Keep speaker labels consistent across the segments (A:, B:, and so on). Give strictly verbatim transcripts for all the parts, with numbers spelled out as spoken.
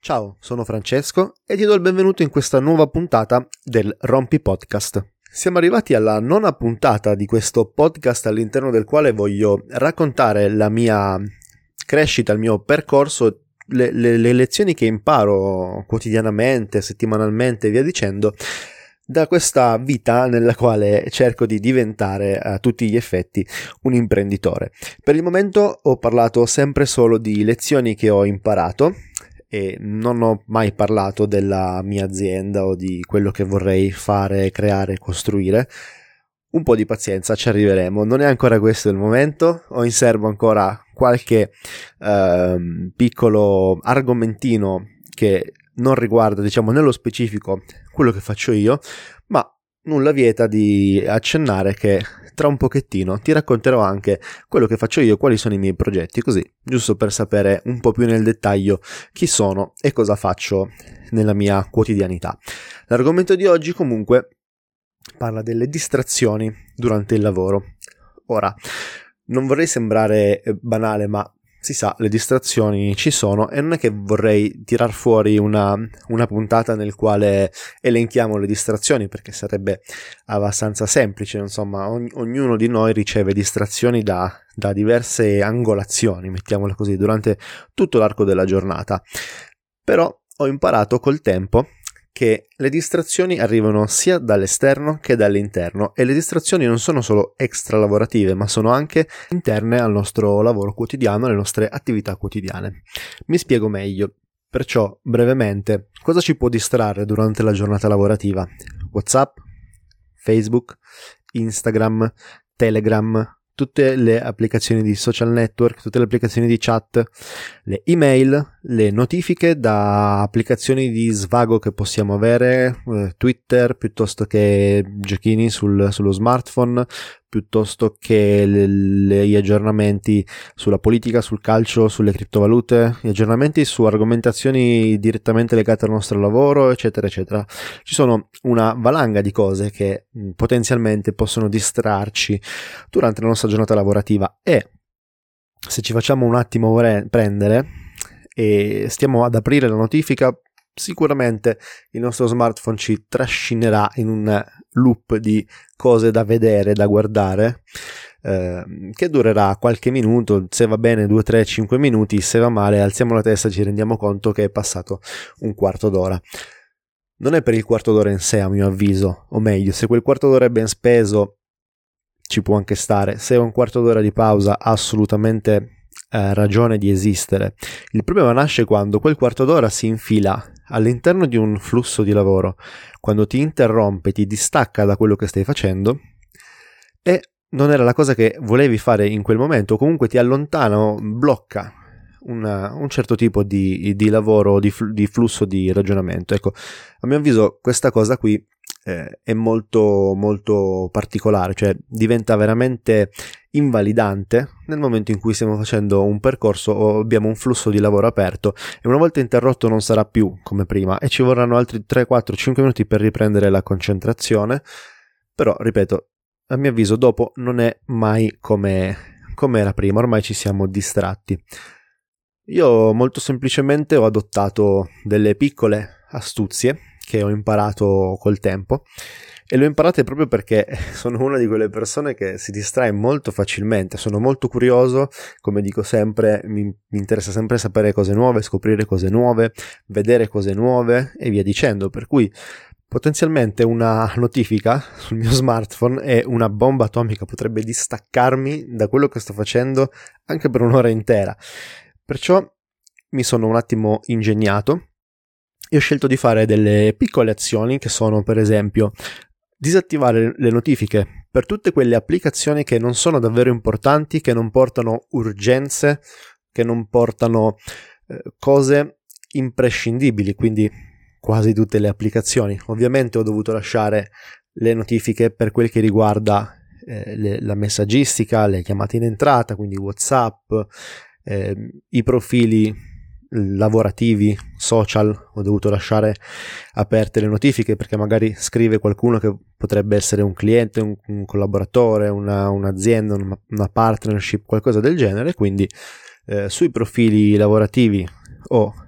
A: Ciao, sono Francesco e ti do il benvenuto in questa nuova puntata del Rompi Podcast. Siamo arrivati alla nona puntata di questo podcast all'interno del quale voglio raccontare la mia crescita, il mio percorso, le, le, le lezioni che imparo quotidianamente, settimanalmente e via dicendo, da questa vita nella quale cerco di diventare a tutti gli effetti un imprenditore. Per il momento ho parlato sempre solo di lezioni che ho imparato e non ho mai parlato della mia azienda o di quello che vorrei fare, creare, costruire. Un po' di pazienza, ci arriveremo. Non è ancora questo il momento. Ho in serbo ancora qualche eh, piccolo argomentino che non riguarda, diciamo, nello specifico quello che faccio io, ma nulla vieta di accennare che tra un pochettino ti racconterò anche quello che faccio io, quali sono i miei progetti, così, giusto per sapere un po' più nel dettaglio chi sono e cosa faccio nella mia quotidianità. L'argomento di oggi comunque parla delle distrazioni durante il lavoro. Ora, non vorrei sembrare banale, ma si sa, le distrazioni ci sono e non è che vorrei tirar fuori una, una puntata nel quale elenchiamo le distrazioni, perché sarebbe abbastanza semplice. Insomma, ogn, ognuno di noi riceve distrazioni da, da diverse angolazioni, mettiamole così, durante tutto l'arco della giornata. Però ho imparato col tempo che le distrazioni arrivano sia dall'esterno che dall'interno, e le distrazioni non sono solo extra lavorative, ma sono anche interne al nostro lavoro quotidiano, alle nostre attività quotidiane. Mi spiego meglio. Perciò, brevemente, cosa ci può distrarre durante la giornata lavorativa? WhatsApp, Facebook, Instagram, Telegram, tutte le applicazioni di social network, tutte le applicazioni di chat, le email, le notifiche da applicazioni di svago che possiamo avere, eh, Twitter, piuttosto che giochini sul, sullo smartphone, piuttosto che le, le, gli aggiornamenti sulla politica, sul calcio, sulle criptovalute, gli aggiornamenti su argomentazioni direttamente legate al nostro lavoro, eccetera, eccetera. Ci sono una valanga di cose che mh, potenzialmente possono distrarci durante la nostra giornata lavorativa, e se ci facciamo un attimo prendere e stiamo ad aprire la notifica, sicuramente il nostro smartphone ci trascinerà in un loop di cose da vedere, da guardare, eh, che durerà qualche minuto, se va bene due, tre, cinque minuti, se va male alziamo la testa e ci rendiamo conto che è passato un quarto d'ora. Non è per il quarto d'ora in sé, a mio avviso, o meglio, se quel quarto d'ora è ben speso ci può anche stare. Se è un quarto d'ora di pausa, assolutamente eh, ragione di esistere. Il problema nasce quando quel quarto d'ora si infila all'interno di un flusso di lavoro, quando ti interrompe, ti distacca da quello che stai facendo e non era la cosa che volevi fare in quel momento, o comunque ti allontana o blocca una, un certo tipo di, di lavoro, di, fl- di flusso di ragionamento. Ecco, a mio avviso questa cosa qui eh, è molto molto particolare, cioè diventa veramente invalidante nel momento in cui stiamo facendo un percorso o abbiamo un flusso di lavoro aperto, e una volta interrotto non sarà più come prima e ci vorranno altri tre, quattro, cinque minuti per riprendere la concentrazione. Però, ripeto, a mio avviso dopo non è mai come, come era prima, ormai ci siamo distratti. Io molto semplicemente ho adottato delle piccole astuzie che ho imparato col tempo, e le ho imparate proprio perché sono una di quelle persone che si distrae molto facilmente. Sono molto curioso, come dico sempre, mi, mi interessa sempre sapere cose nuove, scoprire cose nuove, vedere cose nuove e via dicendo, per cui potenzialmente una notifica sul mio smartphone è una bomba atomica, potrebbe distaccarmi da quello che sto facendo anche per un'ora intera. Perciò mi sono un attimo ingegnato e ho scelto di fare delle piccole azioni che sono, per esempio, disattivare le notifiche per tutte quelle applicazioni che non sono davvero importanti, che non portano urgenze, che non portano eh, cose imprescindibili, quindi quasi tutte le applicazioni. Ovviamente ho dovuto lasciare le notifiche per quel che riguarda eh, le, la messaggistica, le chiamate in entrata, quindi WhatsApp, eh, i profili lavorativi, social, ho dovuto lasciare aperte le notifiche perché magari scrive qualcuno che potrebbe essere un cliente, un, un collaboratore, una, un'azienda, una, una partnership, qualcosa del genere, quindi eh, sui profili lavorativi ho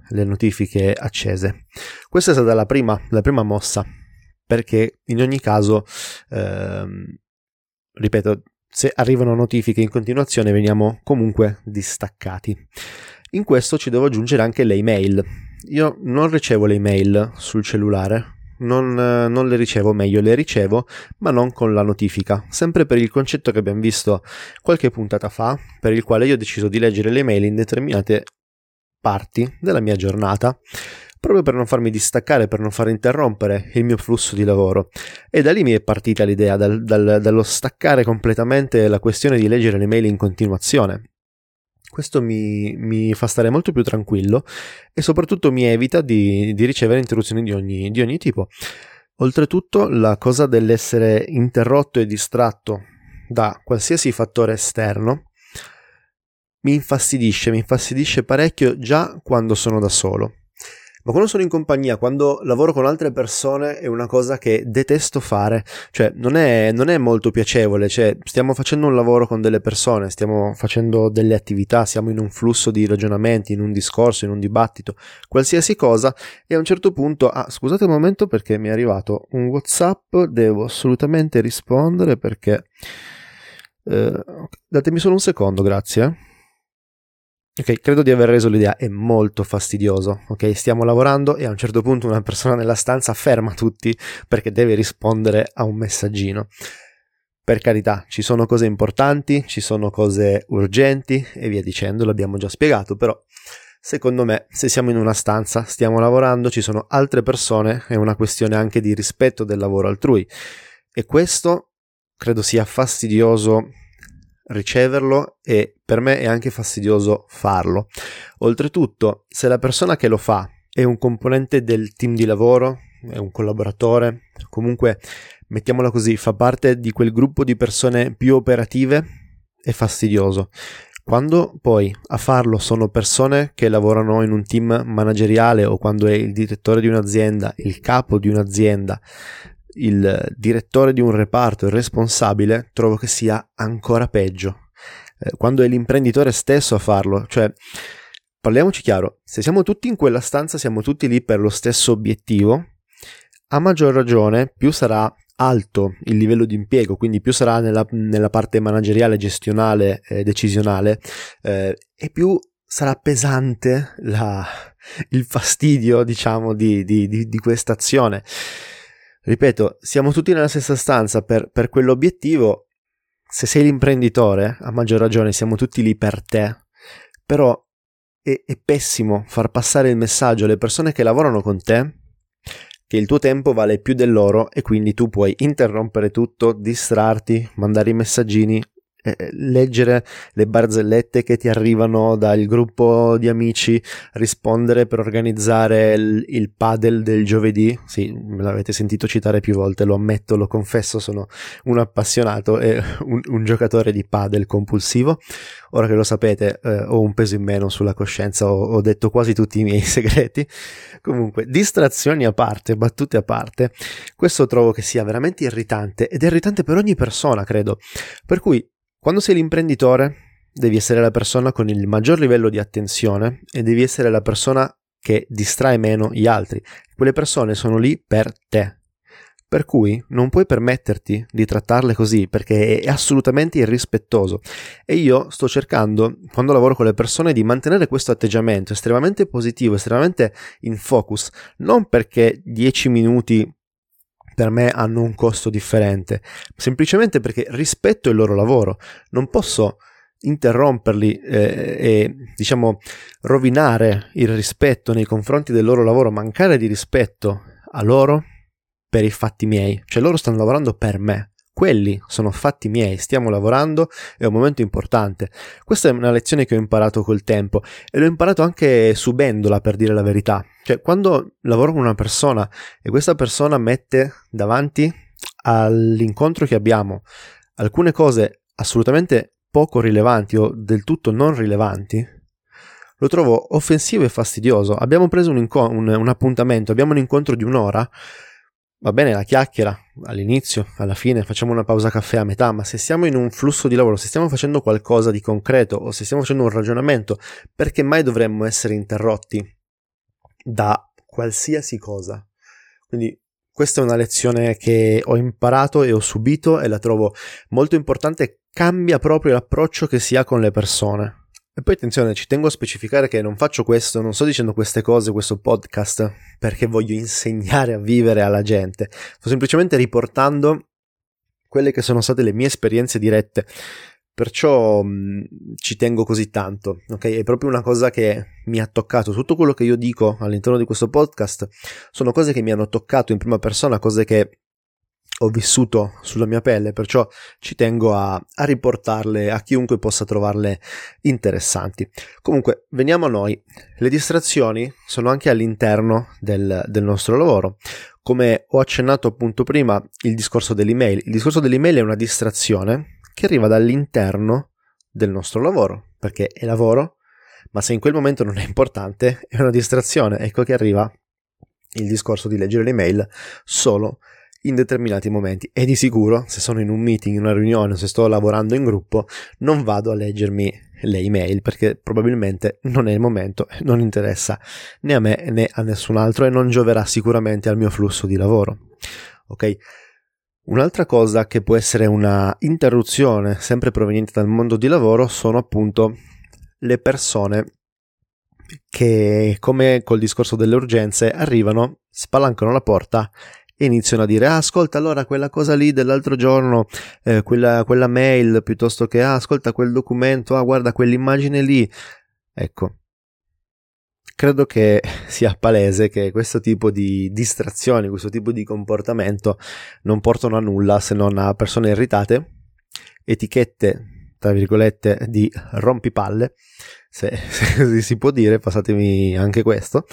A: le notifiche accese. Questa è stata la prima, la prima mossa, perché in ogni caso, ehm, ripeto, se arrivano notifiche in continuazione veniamo comunque distaccati. In questo ci devo aggiungere anche le email. Io non ricevo le email sul cellulare, non, non le ricevo, meglio le ricevo, ma non con la notifica, sempre per il concetto che abbiamo visto qualche puntata fa, per il quale io ho deciso di leggere le email in determinate parti della mia giornata, proprio per non farmi distaccare, per non far interrompere il mio flusso di lavoro. E da lì mi è partita l'idea, dal, dal, dallo staccare completamente la questione di leggere le mail in continuazione. Questo mi, mi fa stare molto più tranquillo e soprattutto mi evita di, di ricevere interruzioni di ogni, di ogni tipo. Oltretutto, la cosa dell'essere interrotto e distratto da qualsiasi fattore esterno mi infastidisce, mi infastidisce parecchio già quando sono da solo. Ma quando sono in compagnia, quando lavoro con altre persone, è una cosa che detesto fare, cioè non è, non è molto piacevole, cioè stiamo facendo un lavoro con delle persone, stiamo facendo delle attività, siamo in un flusso di ragionamenti, in un discorso, in un dibattito, qualsiasi cosa, e a un certo punto, ah scusate un momento perché mi è arrivato un WhatsApp, devo assolutamente rispondere perché, eh, datemi solo un secondo, grazie. Ok, credo di aver reso l'idea, è molto fastidioso, ok? Stiamo lavorando e a un certo punto una persona nella stanza ferma tutti perché deve rispondere a un messaggino. Per carità, ci sono cose importanti, ci sono cose urgenti e via dicendo, l'abbiamo già spiegato, però secondo me se siamo in una stanza, stiamo lavorando, ci sono altre persone, è una questione anche di rispetto del lavoro altrui e questo credo sia fastidioso riceverlo e per me è anche fastidioso farlo. Oltretutto, se la persona che lo fa è un componente del team di lavoro, è un collaboratore, comunque mettiamola così, fa parte di quel gruppo di persone più operative, è fastidioso. Quando poi a farlo sono persone che lavorano in un team manageriale o quando è il direttore di un'azienda, il capo di un'azienda, il direttore di un reparto, il responsabile, trovo che sia ancora peggio. Eh, quando è l'imprenditore stesso a farlo, cioè parliamoci chiaro, se siamo tutti in quella stanza, siamo tutti lì per lo stesso obiettivo, a maggior ragione più sarà alto il livello di impiego, quindi più sarà nella, nella parte manageriale, gestionale, eh, decisionale, eh, e più sarà pesante la, il fastidio, diciamo, di, di, di, di questa azione. Ripeto, siamo tutti nella stessa stanza per, per quell'obiettivo. Se sei l'imprenditore, a maggior ragione siamo tutti lì per te, però è, è pessimo far passare il messaggio alle persone che lavorano con te che il tuo tempo vale più del loro e quindi tu puoi interrompere tutto, distrarti, mandare i messaggini, eh, leggere le barzellette che ti arrivano dal gruppo di amici, rispondere per organizzare il, il padel del giovedì. Sì, me l'avete sentito citare più volte, lo ammetto, lo confesso, sono un appassionato e un, un giocatore di padel compulsivo. Ora che lo sapete, eh, ho un peso in meno sulla coscienza, ho, ho detto quasi tutti i miei segreti. Comunque, distrazioni a parte, battute a parte, questo trovo che sia veramente irritante ed è irritante per ogni persona, credo. Per cui quando sei l'imprenditore devi essere la persona con il maggior livello di attenzione e devi essere la persona che distrae meno gli altri. Quelle persone sono lì per te, per cui non puoi permetterti di trattarle così perché è assolutamente irrispettoso. E io sto cercando, quando lavoro con le persone, di mantenere questo atteggiamento estremamente positivo, estremamente in focus, non perché dieci minuti per me hanno un costo differente, semplicemente perché rispetto il loro lavoro, non posso interromperli eh, e diciamo rovinare il rispetto nei confronti del loro lavoro, mancare di rispetto a loro per i fatti miei, cioè loro stanno lavorando per me, quelli sono fatti miei, stiamo lavorando, è un momento importante. Questa è una lezione che ho imparato col tempo e l'ho imparato anche subendola, per dire la verità. Cioè, quando lavoro con una persona e questa persona mette davanti all'incontro che abbiamo alcune cose assolutamente poco rilevanti o del tutto non rilevanti, lo trovo offensivo e fastidioso. Abbiamo preso un, inco- un, un appuntamento, abbiamo un incontro di un'ora, va bene la chiacchiera all'inizio, alla fine, facciamo una pausa caffè a metà, ma se siamo in un flusso di lavoro, se stiamo facendo qualcosa di concreto o se stiamo facendo un ragionamento, perché mai dovremmo essere interrotti da qualsiasi cosa. Quindi questa è una lezione che ho imparato e ho subito e la trovo molto importante, cambia proprio l'approccio che si ha con le persone. E poi attenzione, ci tengo a specificare che non faccio questo, non sto dicendo queste cose, questo podcast, perché voglio insegnare a vivere alla gente. Sto semplicemente riportando quelle che sono state le mie esperienze dirette. Perciò mh, ci tengo così tanto, ok? È proprio una cosa che mi ha toccato. Tutto quello che io dico all'interno di questo podcast sono cose che mi hanno toccato in prima persona, cose che ho vissuto sulla mia pelle, perciò ci tengo a, a riportarle a chiunque possa trovarle interessanti. Comunque, veniamo a noi. Le distrazioni sono anche all'interno del, del nostro lavoro. Come ho accennato appunto prima, il discorso dell'email. Il discorso dell'email è una distrazione che arriva dall'interno del nostro lavoro, perché è lavoro, ma se in quel momento non è importante, è una distrazione. Ecco che arriva il discorso di leggere l'email solo in determinati momenti, e di sicuro se sono in un meeting, in una riunione, se sto lavorando in gruppo, non vado a leggermi le email perché probabilmente non è il momento, non interessa né a me né a nessun altro e non gioverà sicuramente al mio flusso di lavoro. Ok? Un'altra cosa che può essere una interruzione sempre proveniente dal mondo di lavoro sono appunto le persone che, come col discorso delle urgenze, arrivano, spalancano la porta e iniziano a dire: ah, ascolta, allora quella cosa lì dell'altro giorno, eh, quella, quella mail, piuttosto che ah, ascolta quel documento, ah, guarda quell'immagine lì. Ecco, credo che sia palese che questo tipo di distrazioni, questo tipo di comportamento non portano a nulla se non a persone irritate, etichette, tra virgolette, di rompipalle, se, se così si può dire, passatemi anche questo,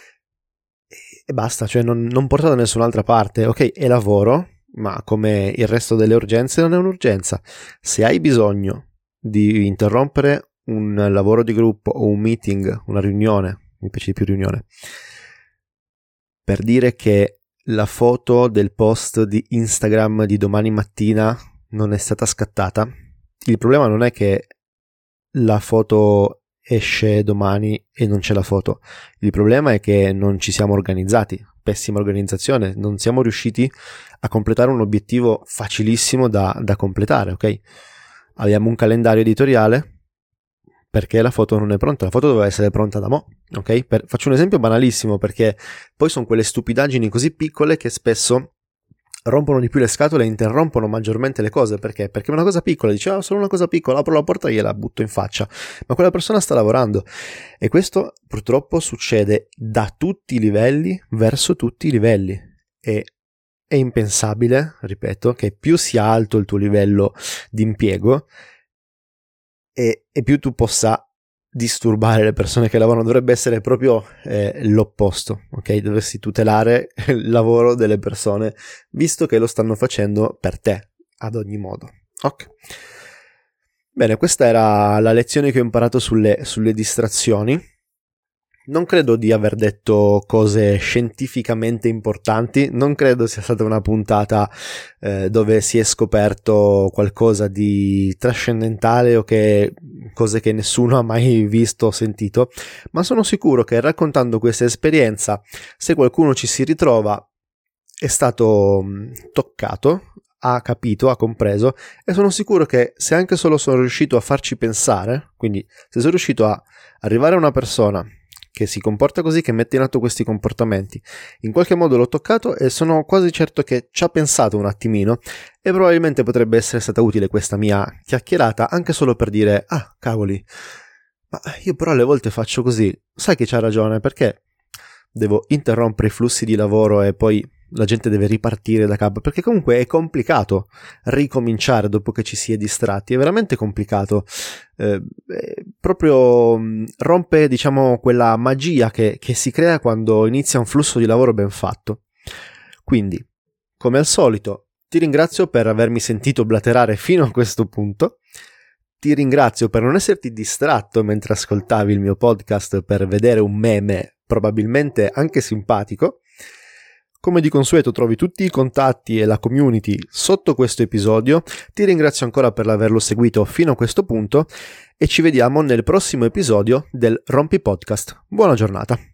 A: e basta, cioè non, non porta da nessun'altra parte. Ok, è lavoro, ma come il resto delle urgenze non è un'urgenza. Se hai bisogno di interrompere un lavoro di gruppo o un meeting, una riunione, mi piace di più riunione, per dire che la foto del post di Instagram di domani mattina non è stata scattata, il problema non è che la foto esce domani e non c'è la foto, il problema è che non ci siamo organizzati, pessima organizzazione, non siamo riusciti a completare un obiettivo facilissimo da, da completare, ok? Abbiamo un calendario editoriale perché la foto non è pronta, la foto doveva essere pronta da mo', ok? Per, faccio un esempio banalissimo, perché poi sono quelle stupidaggini così piccole che spesso rompono di più le scatole e interrompono maggiormente le cose. Perché? Perché è una cosa piccola, dice ah, solo una cosa piccola, apro la porta e gliela butto in faccia, ma quella persona sta lavorando, e questo purtroppo succede da tutti i livelli verso tutti i livelli, e è impensabile, ripeto, che più sia alto il tuo livello di impiego e, e più tu possa disturbare le persone che lavorano. Dovrebbe essere proprio eh, l'opposto, ok? Dovresti tutelare il lavoro delle persone, visto che lo stanno facendo per te ad ogni modo. Ok. Bene, questa era la lezione che ho imparato sulle, sulle distrazioni. Non credo di aver detto cose scientificamente importanti, non credo sia stata una puntata eh, dove si è scoperto qualcosa di trascendentale o che cose che nessuno ha mai visto o sentito, ma sono sicuro che raccontando questa esperienza, se qualcuno ci si ritrova, è stato toccato, ha capito, ha compreso, e sono sicuro che se anche solo sono riuscito a farci pensare, quindi se sono riuscito a arrivare a una persona che si comporta così, che mette in atto questi comportamenti, in qualche modo l'ho toccato e sono quasi certo che ci ha pensato un attimino, e probabilmente potrebbe essere stata utile questa mia chiacchierata anche solo per dire ah cavoli, ma io però alle volte faccio così, sai che c'ha ragione, perché devo interrompere i flussi di lavoro e poi la gente deve ripartire da capo, perché comunque è complicato ricominciare dopo che ci si è distratti, è veramente complicato, eh, proprio rompe, diciamo, quella magia che, che si crea quando inizia un flusso di lavoro ben fatto. Quindi, come al solito, ti ringrazio per avermi sentito blaterare fino a questo punto, ti ringrazio per non esserti distratto mentre ascoltavi il mio podcast per vedere un meme probabilmente anche simpatico. Come di consueto trovi tutti i contatti e la community sotto questo episodio. Ti ringrazio ancora per averlo seguito fino a questo punto e ci vediamo nel prossimo episodio del Rompi Podcast. Buona giornata.